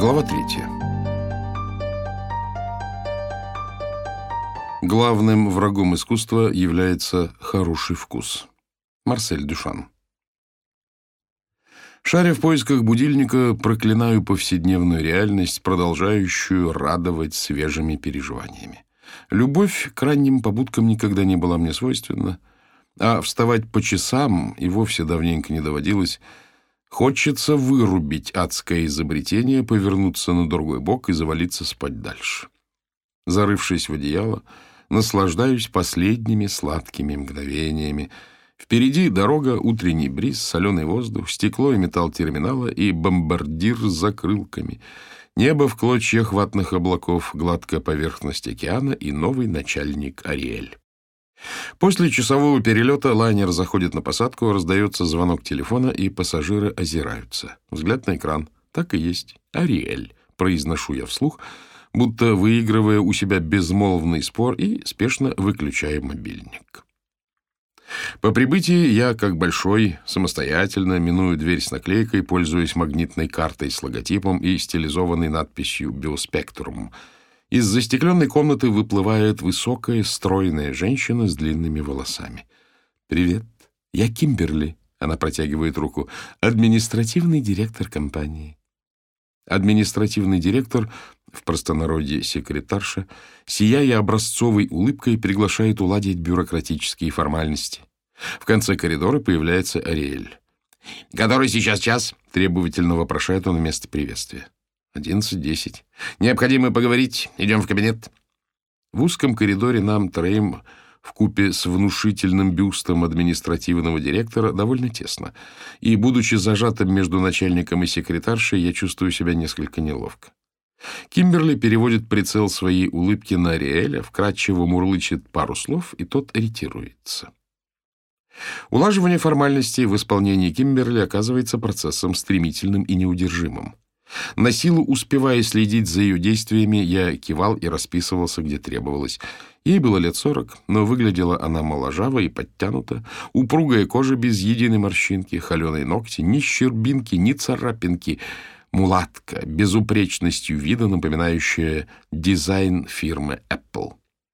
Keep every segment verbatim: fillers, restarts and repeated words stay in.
Глава третья. Главным врагом искусства является хороший вкус. Марсель Дюшан. Шаря в поисках будильника, проклинаю повседневную реальность, продолжающую радовать свежими переживаниями. Любовь к ранним побудкам никогда не была мне свойственна, а вставать по часам и вовсе давненько не доводилось. Хочется вырубить адское изобретение, повернуться на другой бок и завалиться спать дальше. Зарывшись в одеяло, наслаждаюсь последними сладкими мгновениями. Впереди дорога, утренний бриз, соленый воздух, стекло и металл терминала и бомбардир с закрылками. Небо в клочьях ватных облаков, гладкая поверхность океана и новый начальник Ариэль. После часового перелета лайнер заходит на посадку, раздается звонок телефона, и пассажиры озираются. Взгляд на экран. Так и есть. Ариэль. Произношу я вслух, будто выигрывая у себя безмолвный спор, и спешно выключаю мобильник. По прибытии я, как большой, самостоятельно миную дверь с наклейкой, пользуясь магнитной картой с логотипом и стилизованной надписью «Биоспектрум». Из застекленной комнаты выплывает высокая, стройная женщина с длинными волосами. «Привет, я Кимберли», — она протягивает руку, — «административный директор компании». Административный директор, в простонародье секретарша, сияя образцовой улыбкой, приглашает уладить бюрократические формальности. В конце коридора появляется Ариэль. «Который сейчас час?» — требовательно вопрошает он вместо приветствия. Одиннадцать десять. «Необходимо поговорить. Идем в кабинет». В узком коридоре нам троим вкупе с внушительным бюстом административного директора довольно тесно, и, будучи зажатым между начальником и секретаршей, я чувствую себя несколько неловко. Кимберли переводит прицел своей улыбки на Ариэля, вкратчиво мурлычет пару слов, и тот ретируется. Улаживание формальностей в исполнении Кимберли оказывается процессом стремительным и неудержимым. На силу успевая следить за ее действиями, я кивал и расписывался, где требовалось. Ей было лет сорок, но выглядела она моложаво и подтянута, упругая кожа без единой морщинки, холеные ногти, ни щербинки, ни царапинки, мулатка, безупречностью вида, напоминающая дизайн фирмы Apple.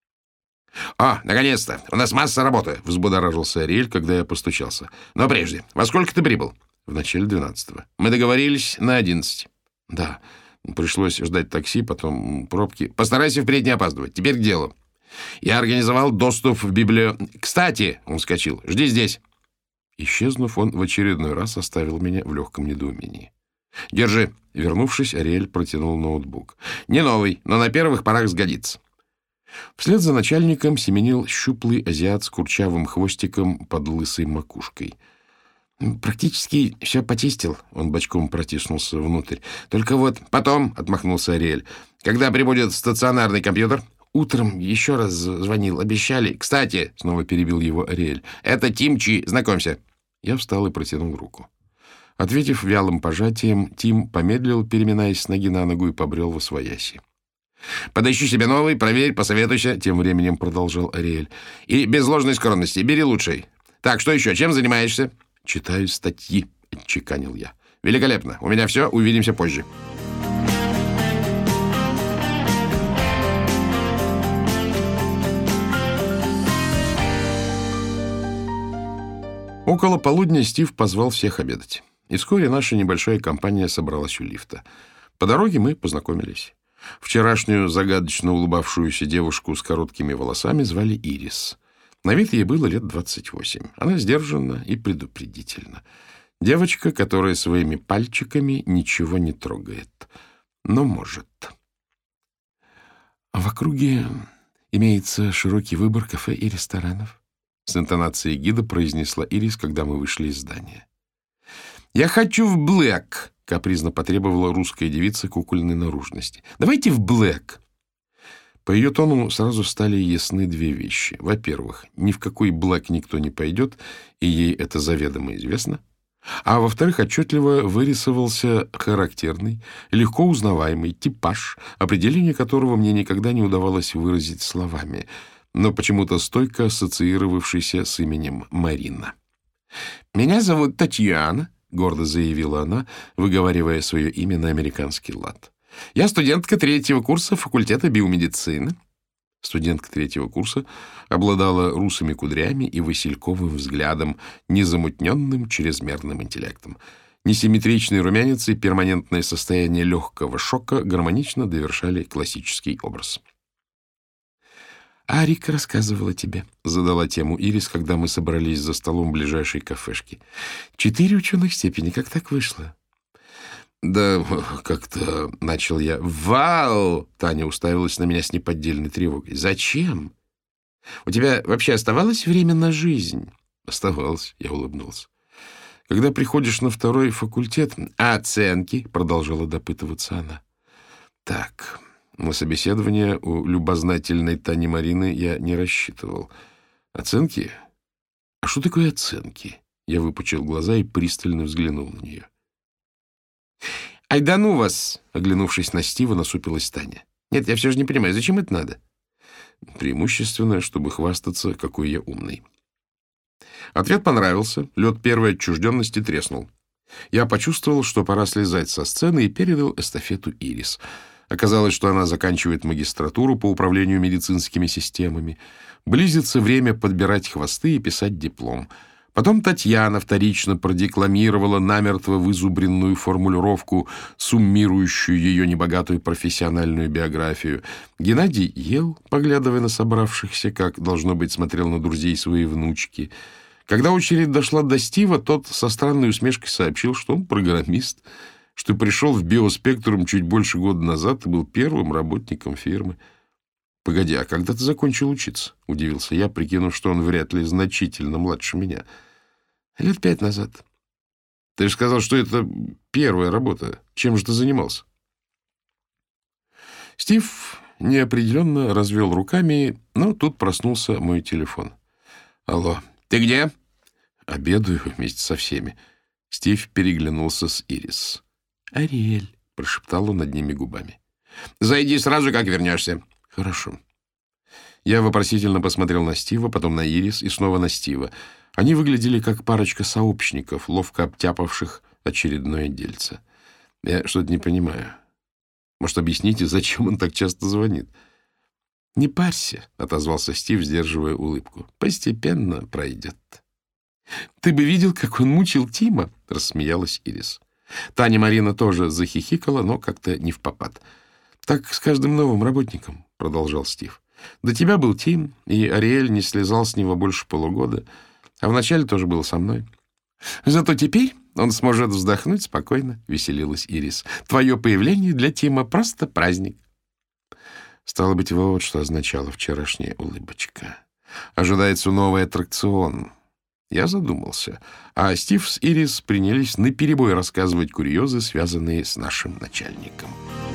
«О, наконец-то! У нас масса работы!» — взбудоражился Ариэль, когда я постучался. «Но прежде, во сколько ты прибыл?» «В начале двенадцатого. Мы договорились на одиннадцать». «Да, пришлось ждать такси, потом пробки. Постарайся впредь не опаздывать. Теперь к делу. Я организовал доступ в библио... Кстати!» — он вскочил. «Жди здесь!» Исчезнув, он в очередной раз оставил меня в легком недоумении. «Держи!» Вернувшись, Ариэль протянул ноутбук. «Не новый, но на первых порах сгодится». Вслед за начальником семенил щуплый азиат с курчавым хвостиком под лысой макушкой. «Практически все почистил», — он бочком протиснулся внутрь. «Только вот потом», — отмахнулся Ариэль, — «когда прибудет стационарный компьютер?» «Утром еще раз звонил, обещали». «Кстати», — снова перебил его Ариэль, — «это Тим Чи, знакомься». Я встал и протянул руку. Ответив вялым пожатием, Тим помедлил, переминаясь с ноги на ногу, и побрел восвояси. «Подыщи себе новый, проверь, посоветуйся», — тем временем продолжал Ариэль. «И без ложной скромности, бери лучший. Так, что еще, чем занимаешься?» «Читаю статьи», — отчеканил я. «Великолепно. У меня все. Увидимся позже». Около полудня Стив позвал всех обедать. И вскоре наша небольшая компания собралась у лифта. По дороге мы познакомились. Вчерашнюю загадочно улыбавшуюся девушку с короткими волосами звали Ирис. На вид ей было лет двадцать восемь. Она сдержанна и предупредительна. Девочка, которая своими пальчиками ничего не трогает, но может. «В округе имеется широкий выбор кафе и ресторанов», — с интонацией гида произнесла Ирис, когда мы вышли из здания. «Я хочу в Блэк», — капризно потребовала русская девица кукольной наружности. «Давайте в Блэк». По ее тону сразу стали ясны две вещи. Во-первых, ни в какой Блэк никто не пойдет, и ей это заведомо известно. А во-вторых, отчетливо вырисовался характерный, легко узнаваемый типаж, определение которого мне никогда не удавалось выразить словами, но почему-то стойко ассоциировавшийся с именем Марина. «Меня зовут Татьяна», — гордо заявила она, выговаривая свое имя на американский лад. Я студентка третьего курса факультета биомедицины. Студентка третьего курса обладала русыми кудрями и васильковым взглядом, незамутненным чрезмерным интеллектом. Несимметричный румянец и перманентное состояние легкого шока гармонично довершали классический образ. «А Рика рассказывала тебе», — задала тему Ирис, когда мы собрались за столом в ближайшей кафешке. «Четыре ученых степени. Как так вышло?» «Да как-то...» — начал я. «Вау!» — Таня уставилась на меня с неподдельной тревогой. «Зачем? У тебя вообще оставалось время на жизнь?» «Оставалось», — я улыбнулся. «Когда приходишь на второй факультет...» «А оценки?» — продолжала допытываться она. «Так, на собеседование у любознательной Тани Марины я не рассчитывал. Оценки? А что такое оценки?» Я выпучил глаза и пристально взглянул на нее. «Ай да ну вас!» — оглянувшись на Стива, насупилась Таня. «Нет, я все же не понимаю, зачем это надо?» «Преимущественно, чтобы хвастаться, какой я умный». Ответ понравился. Лед первой отчужденности треснул. Я почувствовал, что пора слезать со сцены, и передал эстафету Ирис. Оказалось, что она заканчивает магистратуру по управлению медицинскими системами. Близится время подбирать хвосты и писать диплом. Потом Татьяна вторично продекламировала намертво вызубренную формулировку, суммирующую ее небогатую профессиональную биографию. Геннадий ел, поглядывая на собравшихся, как, должно быть, смотрел на друзей своей внучки. Когда очередь дошла до Стива, тот со странной усмешкой сообщил, что он программист, что пришел в Биоспектрум чуть больше года назад и был первым работником фирмы. «Погоди, а когда ты закончил учиться?» — удивился я, прикинув, что он вряд ли значительно младше меня. «Лет пять назад». «Ты же сказал, что это первая работа. Чем же ты занимался?» Стив неопределенно развел руками, но тут проснулся мой телефон. «Алло, ты где?» «Обедаю вместе со всеми». Стив переглянулся с Ирис. «Ариэль», — прошептал он одними губами. «Зайди сразу, как вернешься». «Хорошо». Я вопросительно посмотрел на Стива, потом на Ирис и снова на Стива. Они выглядели как парочка сообщников, ловко обтяпавших очередное дельце. Я что-то не понимаю. Может, объясните, зачем он так часто звонит? «Не парься», — отозвался Стив, сдерживая улыбку. «Постепенно пройдет». «Ты бы видел, как он мучил Тима?» — рассмеялась Ирис. Таня Марина тоже захихикала, но как-то не впопад. «Так с каждым новым работником», — продолжал Стив. «До тебя был Тим, и Ариэль не слезал с него больше полугода, а вначале тоже был со мной. Зато теперь он сможет вздохнуть спокойно», — веселилась Ирис. «Твое появление для Тима просто праздник». Стало быть, вот что означала вчерашняя улыбочка. Ожидается новый аттракцион. Я задумался, а Стив с Ирис принялись наперебой рассказывать курьезы, связанные с нашим начальником.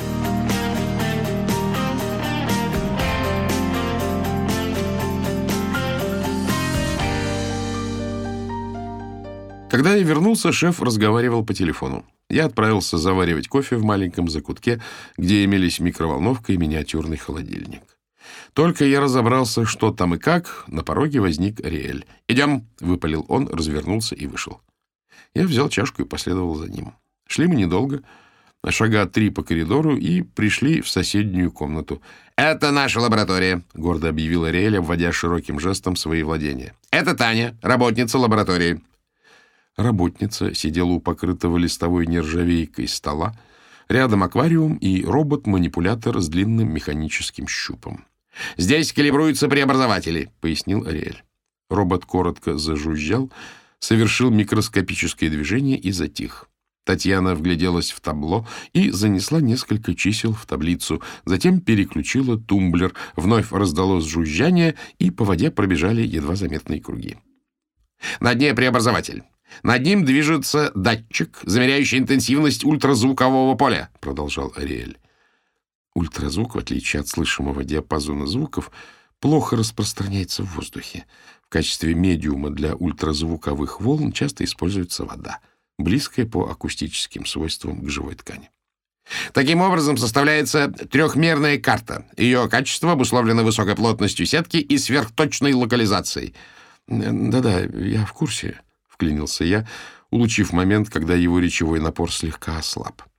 Когда я вернулся, шеф разговаривал по телефону. Я отправился заваривать кофе в маленьком закутке, где имелись микроволновка и миниатюрный холодильник. Только я разобрался, что там и как, на пороге возник Ариэль. «Идем!» — выпалил он, развернулся и вышел. Я взял чашку и последовал за ним. Шли мы недолго, шага три по коридору, и пришли в соседнюю комнату. «Это наша лаборатория», — гордо объявил Ариэль, обводя широким жестом свои владения. «Это Таня, работница лаборатории». Работница сидела у покрытого листовой нержавейкой стола, рядом аквариум и робот-манипулятор с длинным механическим щупом. «Здесь калибруются преобразователи», — пояснил Ариэль. Робот коротко зажужжал, совершил микроскопическое движение и затих. Татьяна вгляделась в табло и занесла несколько чисел в таблицу, затем переключила тумблер, вновь раздалось жужжание, и по воде пробежали едва заметные круги. «На дне преобразователь. Над ним движется датчик, замеряющий интенсивность ультразвукового поля», — продолжал Ариэль. Ультразвук, в отличие от слышимого диапазона звуков, плохо распространяется в воздухе. В качестве медиума для ультразвуковых волн часто используется вода, близкая по акустическим свойствам к живой ткани. Таким образом, составляется трехмерная карта. Ее качество обусловлено высокой плотностью сетки и сверхточной локализацией. «Да-да, я в курсе», — вклинился я, улучив момент, когда его речевой напор слегка ослаб.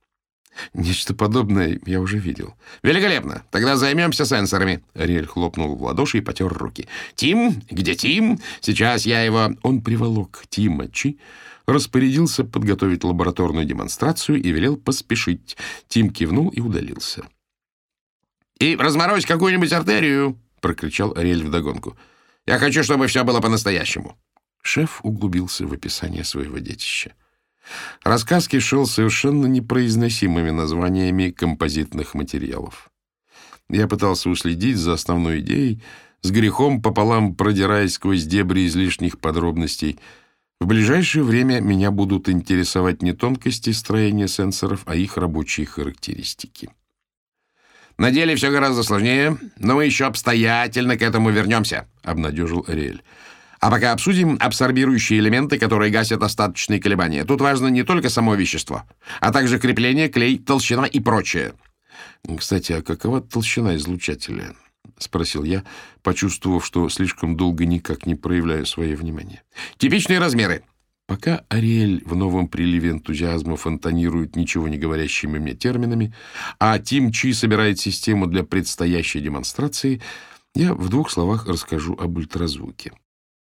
Нечто подобное я уже видел. Великолепно. Тогда займемся сенсорами. Ариэль хлопнул в ладоши и потер руки. Тим? Где Тим? Сейчас я его... Он приволок Тима Чи, распорядился подготовить лабораторную демонстрацию и велел поспешить. Тим кивнул и удалился. «И разморозь какую-нибудь артерию!» — прокричал Ариэль вдогонку. «Я хочу, чтобы все было по-настоящему». Шеф углубился в описание своего детища. Рассказ кишел совершенно непроизносимыми названиями композитных материалов. Я пытался уследить за основной идеей, с грехом пополам продираясь сквозь дебри излишних подробностей. В ближайшее время меня будут интересовать не тонкости строения сенсоров, а их рабочие характеристики. «На деле все гораздо сложнее, но мы еще обстоятельно к этому вернемся», — обнадежил Ариэль. «А пока обсудим абсорбирующие элементы, которые гасят остаточные колебания. Тут важно не только само вещество, а также крепление, клей, толщина и прочее». «Кстати, а какова толщина излучателя?» — спросил я, почувствовав, что слишком долго никак не проявляю свое внимание. «Типичные размеры». Пока Ариэль в новом приливе энтузиазма фонтанирует ничего не говорящими мне терминами, а Тим Чи собирает систему для предстоящей демонстрации, я в двух словах расскажу об ультразвуке.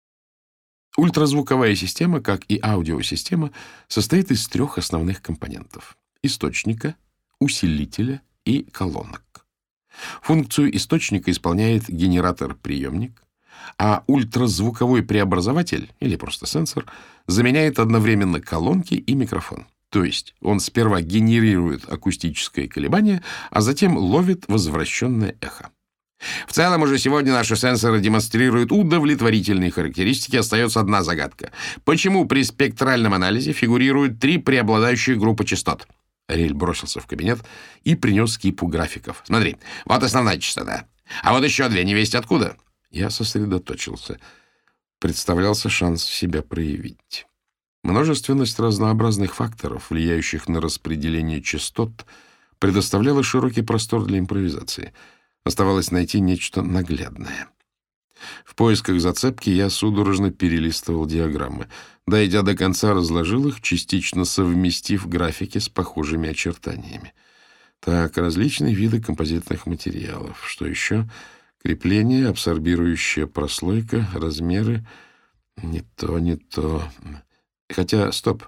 Ультразвуковая система, как и аудиосистема, состоит из трех основных компонентов – источника, усилителя и колонок. Функцию источника исполняет генератор-приемник, а ультразвуковой преобразователь, или просто сенсор, заменяет одновременно колонки и микрофон. То есть он сперва генерирует акустическое колебание, а затем ловит возвращенное эхо. В целом уже сегодня наши сенсоры демонстрируют удовлетворительные характеристики. Остается одна загадка. Почему при спектральном анализе фигурируют три преобладающие группы частот? Ариэль бросился в кабинет и принес кипу графиков. Смотри, вот основная частота. А вот еще две, не весть откуда. Я сосредоточился. Представлялся шанс себя проявить. Множественность разнообразных факторов, влияющих на распределение частот, предоставляла широкий простор для импровизации. Оставалось найти нечто наглядное. В поисках зацепки я судорожно перелистывал диаграммы. Дойдя до конца, разложил их, частично совместив графики с похожими очертаниями. Так, различные виды композитных материалов. Что еще? Крепление, абсорбирующая прослойка, размеры. Не то, не то. Хотя, стоп.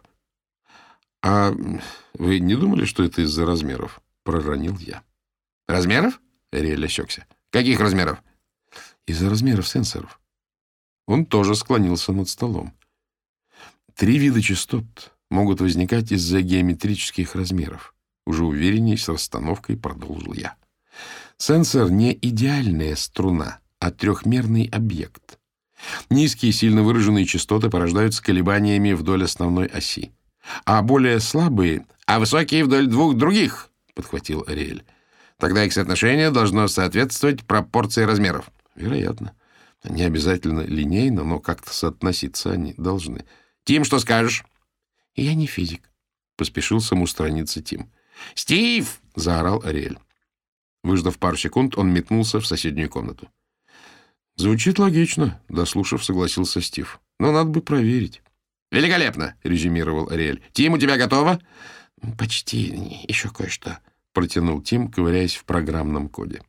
А вы не думали, что это из-за размеров? Проронил я. Размеров? Ариэль осекся. Каких размеров? Из-за размеров сенсоров. Он тоже склонился над столом. Три вида частот могут возникать из-за геометрических размеров. Уже уверенней с расстановкой продолжил я. Сенсор не идеальная струна, а трехмерный объект. Низкие, сильно выраженные частоты порождаются колебаниями вдоль основной оси, а более слабые, а высокие вдоль двух других, подхватил Ариэль. Тогда их соотношение должно соответствовать пропорции размеров. Вероятно. Не обязательно линейно, но как-то соотноситься они должны. Тим, что скажешь? Я не физик. Поспешил самоустраниться Тим. «Стив!» — заорал Ариэль. Выждав пару секунд, он метнулся в соседнюю комнату. «Звучит логично», — дослушав, согласился Стив. «Но надо бы проверить». «Великолепно!» — резюмировал Ариэль. «Тим, у тебя готово?» «Почти. Еще кое-что», — протянул Тим, ковыряясь в программном коде.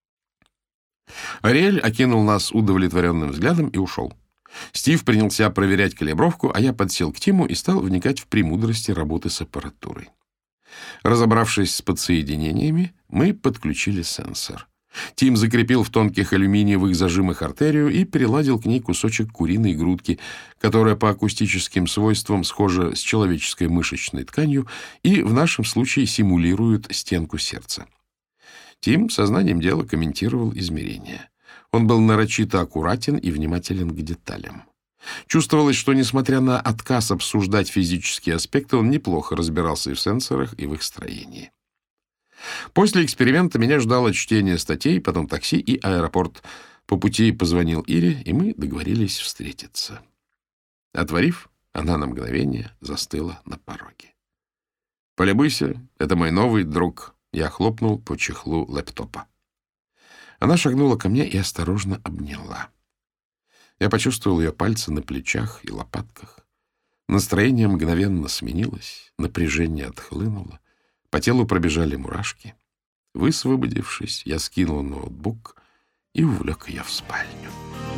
Ариэль окинул нас удовлетворенным взглядом и ушел. Стив принялся проверять калибровку, а я подсел к Тиму и стал вникать в премудрости работы с аппаратурой. Разобравшись с подсоединениями, мы подключили сенсор. Тим закрепил в тонких алюминиевых зажимах артерию и приладил к ней кусочек куриной грудки, которая по акустическим свойствам схожа с человеческой мышечной тканью и в нашем случае симулирует стенку сердца. Тим сознанием дела комментировал измерения. Он был нарочито аккуратен и внимателен к деталям. Чувствовалось, что, несмотря на отказ обсуждать физические аспекты, он неплохо разбирался и в сенсорах, и в их строении. После эксперимента меня ждало чтение статей, потом такси и аэропорт. По пути позвонил Ире, и мы договорились встретиться. Отворив, она на мгновение застыла на пороге. «Полюбуйся, это мой новый друг». Я хлопнул по чехлу лэптопа. Она шагнула ко мне и осторожно обняла. Я почувствовал ее пальцы на плечах и лопатках. Настроение мгновенно сменилось, напряжение отхлынуло. По телу пробежали мурашки. Высвободившись, я скинул ноутбук и увлек ее в спальню.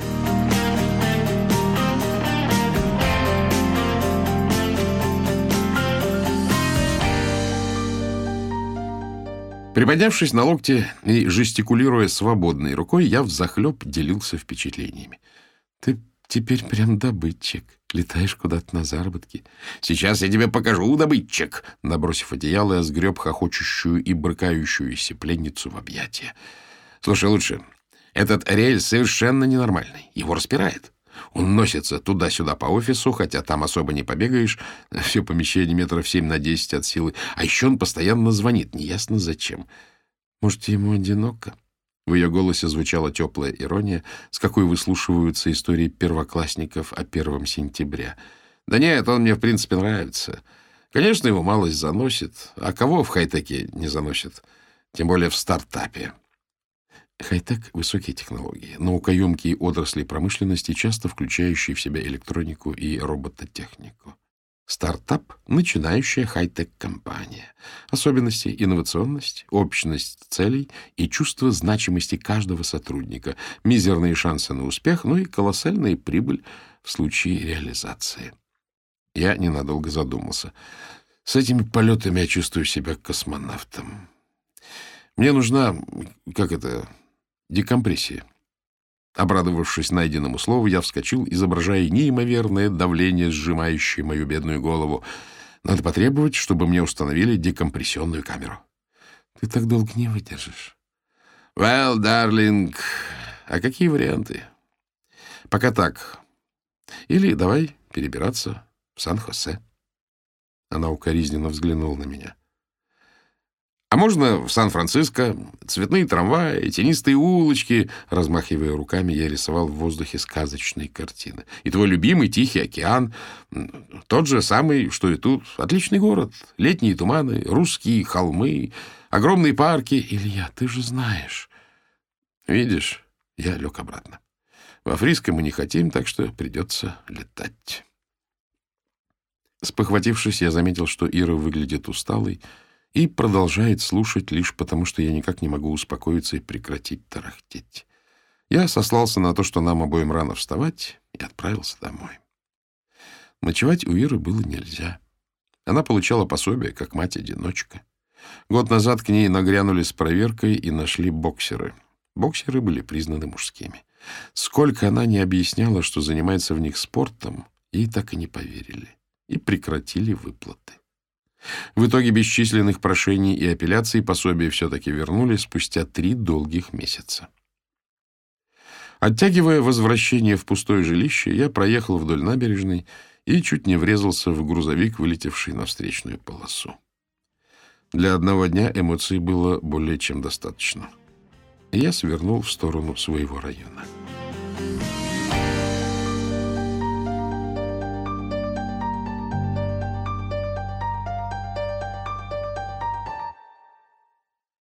Приподнявшись на локте и жестикулируя свободной рукой, я взахлеб делился впечатлениями. «Ты теперь прям добытчик. Летаешь куда-то на заработки». «Сейчас я тебе покажу, добытчик!» Набросив одеяло, я сгреб хохочущую и брыкающуюся пленницу в объятия. «Слушай, лучше, этот Ариэль совершенно ненормальный. Его распирает. Он носится туда-сюда по офису, хотя там особо не побегаешь. Все помещение метров семь на десять от силы. А еще он постоянно звонит, неясно зачем. Может, ему одиноко?» В ее голосе звучала теплая ирония, с какой выслушиваются истории первоклассников о первом сентября. «Да нет, он мне в принципе нравится. Конечно, его малость заносит. А кого в хай-теке не заносит? Тем более в стартапе». Хай-тек — высокие технологии, наукоемкие отрасли промышленности, часто включающие в себя электронику и робототехнику. Стартап — начинающая хай-тек-компания. Особенности — инновационность, общность целей и чувство значимости каждого сотрудника, мизерные шансы на успех, ну и колоссальная прибыль в случае реализации. Я ненадолго задумался. С этими полетами я чувствую себя космонавтом. Мне нужна, как это, декомпрессия. Обрадовавшись найденному слову, я вскочил, изображая неимоверное давление, сжимающее мою бедную голову. Надо потребовать, чтобы мне установили декомпрессионную камеру. Ты так долго не выдержишь. Well, darling, а какие варианты? Пока так. Или давай перебираться в Сан-Хосе. Она укоризненно взглянула на меня. А можно в Сан-Франциско? Цветные трамваи, тенистые улочки. Размахивая руками, я рисовал в воздухе сказочные картины. И твой любимый Тихий океан. Тот же самый, что и тут. Отличный город. Летние туманы, русские холмы, огромные парки. Илья, ты же знаешь. Видишь, я лег обратно. Во Фриско мы не хотим, так что придется летать. Спохватившись, я заметил, что Ира выглядит усталой, и продолжает слушать лишь потому, что я никак не могу успокоиться и прекратить тарахтеть. Я сослался на то, что нам обоим рано вставать, и отправился домой. Ночевать у Иры было нельзя. Она получала пособие, как мать-одиночка. Год назад к ней нагрянули с проверкой и нашли боксеры. Боксеры были признаны мужскими. Сколько она не объясняла, что занимается в них спортом, ей так и не поверили. И прекратили выплаты. В итоге бесчисленных прошений и апелляций пособие все-таки вернули спустя три долгих месяца. Оттягивая возвращение в пустое жилище, я проехал вдоль набережной и чуть не врезался в грузовик, вылетевший на встречную полосу. Для одного дня эмоций было более чем достаточно. И я свернул в сторону своего района.